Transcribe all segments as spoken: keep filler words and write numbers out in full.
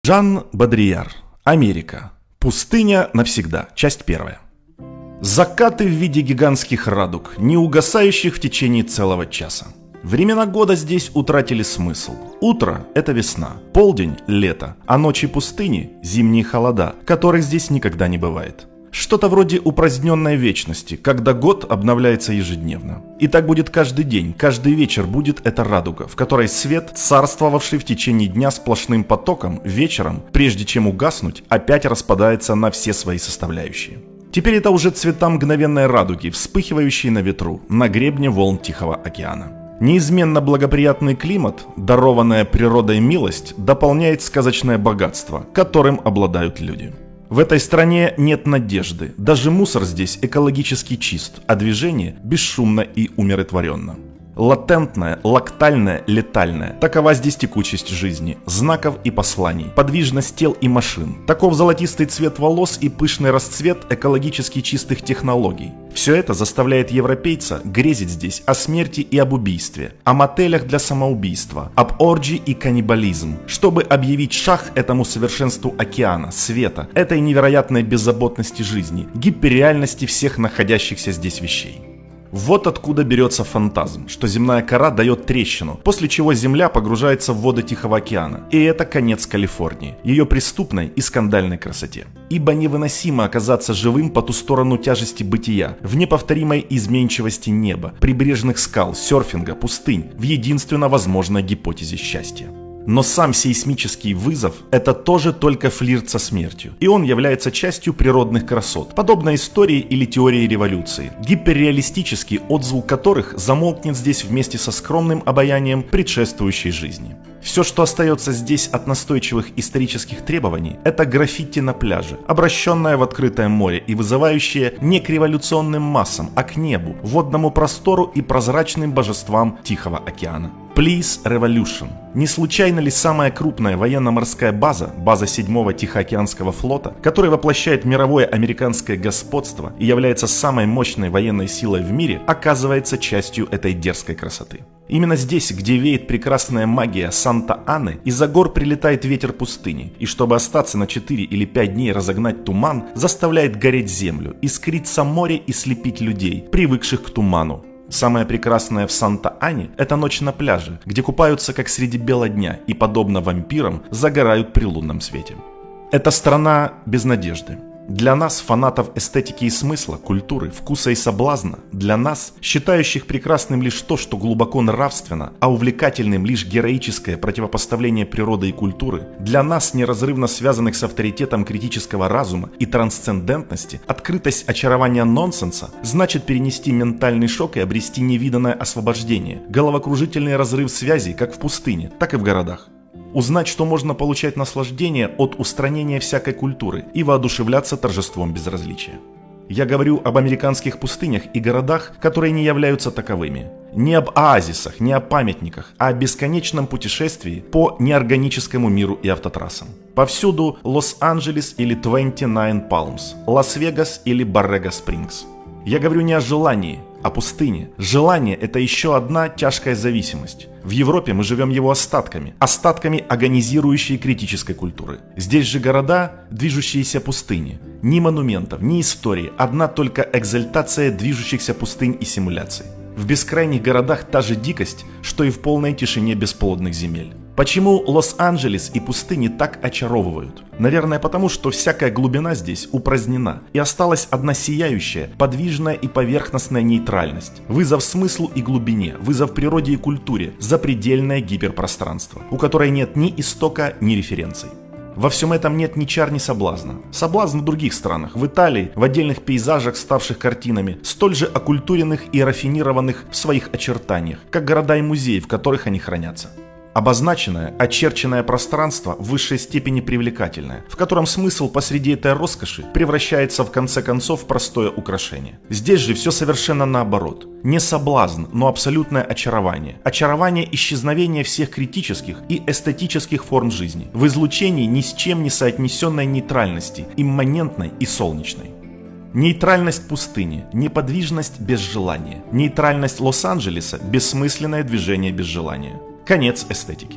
Жан Бодрияр. Америка. Пустыня навсегда. Часть первая. Закаты в виде гигантских радуг, не угасающих в течение целого часа. Времена года здесь утратили смысл. Утро – это весна, полдень – лето, а ночи пустыни – зимние холода, которых здесь никогда не бывает. Что-то вроде упраздненной вечности, когда год обновляется ежедневно. И так будет каждый день, каждый вечер будет эта радуга, в которой свет, царствовавший в течение дня сплошным потоком, вечером, прежде чем угаснуть, опять распадается на все свои составляющие. Теперь это уже цвета мгновенной радуги, вспыхивающие на ветру, на гребне волн Тихого океана. Неизменно благоприятный климат, дарованная природой милость, дополняет сказочное богатство, которым обладают люди. В этой стране нет надежды, даже мусор здесь экологически чист, а движение бесшумно и умиротворенно. Латентная, лактальная, летальная. Такова здесь текучесть жизни, знаков и посланий, подвижность тел и машин. Таков золотистый цвет волос и пышный расцвет экологически чистых технологий. Все это заставляет европейца грезить здесь о смерти и об убийстве, о мотелях для самоубийства, об оргии и каннибализм, чтобы объявить шах этому совершенству океана, света, этой невероятной беззаботности жизни, гиперреальности всех находящихся здесь вещей. Вот откуда берется фантазм, что земная кора дает трещину, после чего Земля погружается в воды Тихого океана. И это конец Калифорнии, ее преступной и скандальной красоте. Ибо невыносимо оказаться живым по ту сторону тяжести бытия, в неповторимой изменчивости неба, прибрежных скал, серфинга, пустынь, в единственно возможной гипотезе счастья. Но сам сейсмический вызов – это тоже только флирт со смертью, и он является частью природных красот, подобно истории или теории революции, гиперреалистический отзвук которых замолкнет здесь вместе со скромным обаянием предшествующей жизни. Все, что остается здесь от настойчивых исторических требований, это граффити на пляже, обращенное в открытое море и вызывающее не к революционным массам, а к небу, водному простору и прозрачным божествам Тихого океана. Please Revolution. Не случайно ли самая крупная военно-морская база, база седьмого Тихоокеанского флота, которая воплощает мировое американское господство и является самой мощной военной силой в мире, оказывается частью этой дерзкой красоты? Именно здесь, где веет прекрасная магия Санта-Аны, из-за гор прилетает ветер пустыни, и чтобы остаться на четыре или пять дней разогнать туман, заставляет гореть землю, искриться море и слепить людей, привыкших к туману. Самое прекрасное в Санта-Ане – это ночь на пляже, где купаются как среди бела дня и, подобно вампирам, загорают при лунном свете. Это страна без надежды. Для нас, фанатов эстетики и смысла, культуры, вкуса и соблазна, для нас, считающих прекрасным лишь то, что глубоко нравственно, а увлекательным лишь героическое противопоставление природы и культуры, для нас, неразрывно связанных с авторитетом критического разума и трансцендентности, открытость очарования нонсенса значит перенести ментальный шок и обрести невиданное освобождение, головокружительный разрыв связей как в пустыне, так и в городах. Узнать, что можно получать наслаждение от устранения всякой культуры и воодушевляться торжеством безразличия. Я говорю об американских пустынях и городах, которые не являются таковыми. Не об оазисах, не о памятниках, а о бесконечном путешествии по неорганическому миру и автотрассам. Повсюду Лос-Анджелес или двадцать девять Palms, Лас-Вегас или Боррега-Спрингс. Я говорю не о желании, о пустыне. Желание – это еще одна тяжкая зависимость. В Европе мы живем его остатками, остатками агонизирующей критической культуры. Здесь же города, движущиеся пустыни. Ни монументов, ни истории, одна только экзальтация движущихся пустынь и симуляций. В бескрайних городах та же дикость, что и в полной тишине бесплодных земель. Почему Лос-Анджелес и пустыни так очаровывают? Наверное, потому что всякая глубина здесь упразднена, и осталась одна сияющая, подвижная и поверхностная нейтральность. Вызов смыслу и глубине, вызов природе и культуре, запредельное гиперпространство, у которой нет ни истока, ни референций. Во всем этом нет ни чар, ни соблазна. Соблазн в других странах, в Италии, в отдельных пейзажах, ставших картинами, столь же окультуренных и рафинированных в своих очертаниях, как города и музеи, в которых они хранятся. Обозначенное, очерченное пространство в высшей степени привлекательное, в котором смысл посреди этой роскоши превращается в конце концов в простое украшение. Здесь же все совершенно наоборот. Не соблазн, но абсолютное очарование. Очарование исчезновения всех критических и эстетических форм жизни, в излучении ни с чем не соотнесенной нейтральности, имманентной и солнечной. Нейтральность пустыни, неподвижность без желания. Нейтральность Лос-Анджелеса – бессмысленное движение без желания. Конец эстетики.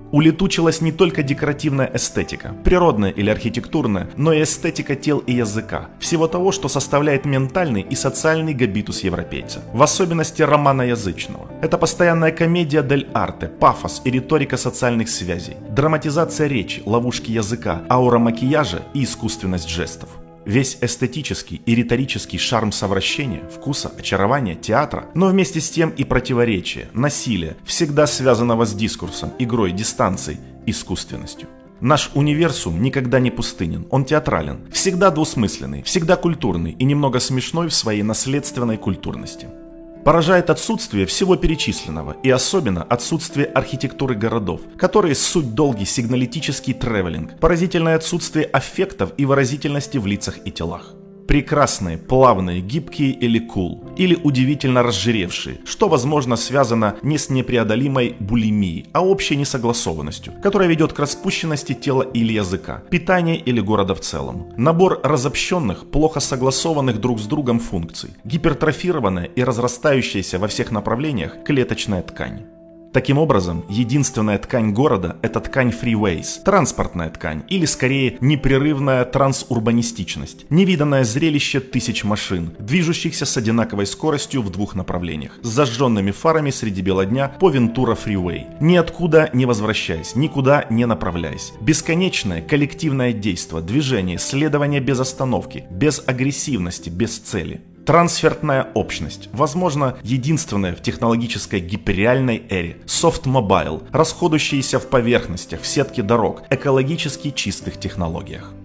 Улетучилась не только декоративная эстетика, природная или архитектурная, но и эстетика тел и языка, всего того, что составляет ментальный и социальный габитус европейца, в особенности романоязычного. Это постоянная комедия дель арте, пафос и риторика социальных связей, драматизация речи, ловушки языка, аура макияжа и искусственность жестов. Весь эстетический и риторический шарм совращения, вкуса, очарования, театра, но вместе с тем и противоречия, насилия, всегда связанного с дискурсом, игрой, дистанцией, искусственностью. Наш универсум никогда не пустынен, он театрален, всегда двусмысленный, всегда культурный и немного смешной в своей наследственной культурности. Поражает отсутствие всего перечисленного и особенно отсутствие архитектуры городов, которые суть долгий сигналитический тревелинг, поразительное отсутствие аффектов и выразительности в лицах и телах. Прекрасные, плавные, гибкие или кул, cool, или удивительно разжиревшие, что возможно связано не с непреодолимой булимией, а общей несогласованностью, которая ведет к распущенности тела или языка, питания или города в целом. Набор разобщенных, плохо согласованных друг с другом функций, гипертрофированная и разрастающаяся во всех направлениях клеточная ткань. Таким образом, единственная ткань города – это ткань freeways, транспортная ткань, или скорее непрерывная трансурбанистичность, невиданное зрелище тысяч машин, движущихся с одинаковой скоростью в двух направлениях, с зажженными фарами среди бела дня по Вентура Фривей, ниоткуда не возвращаясь, никуда не направляясь. Бесконечное коллективное действо, движение, следование без остановки, без агрессивности, без цели. Трансфертная общность, возможно, единственная в технологической гиперреальной эре, софт-мобайл, расходующиеся в поверхностях, в сетке дорог, экологически чистых технологиях.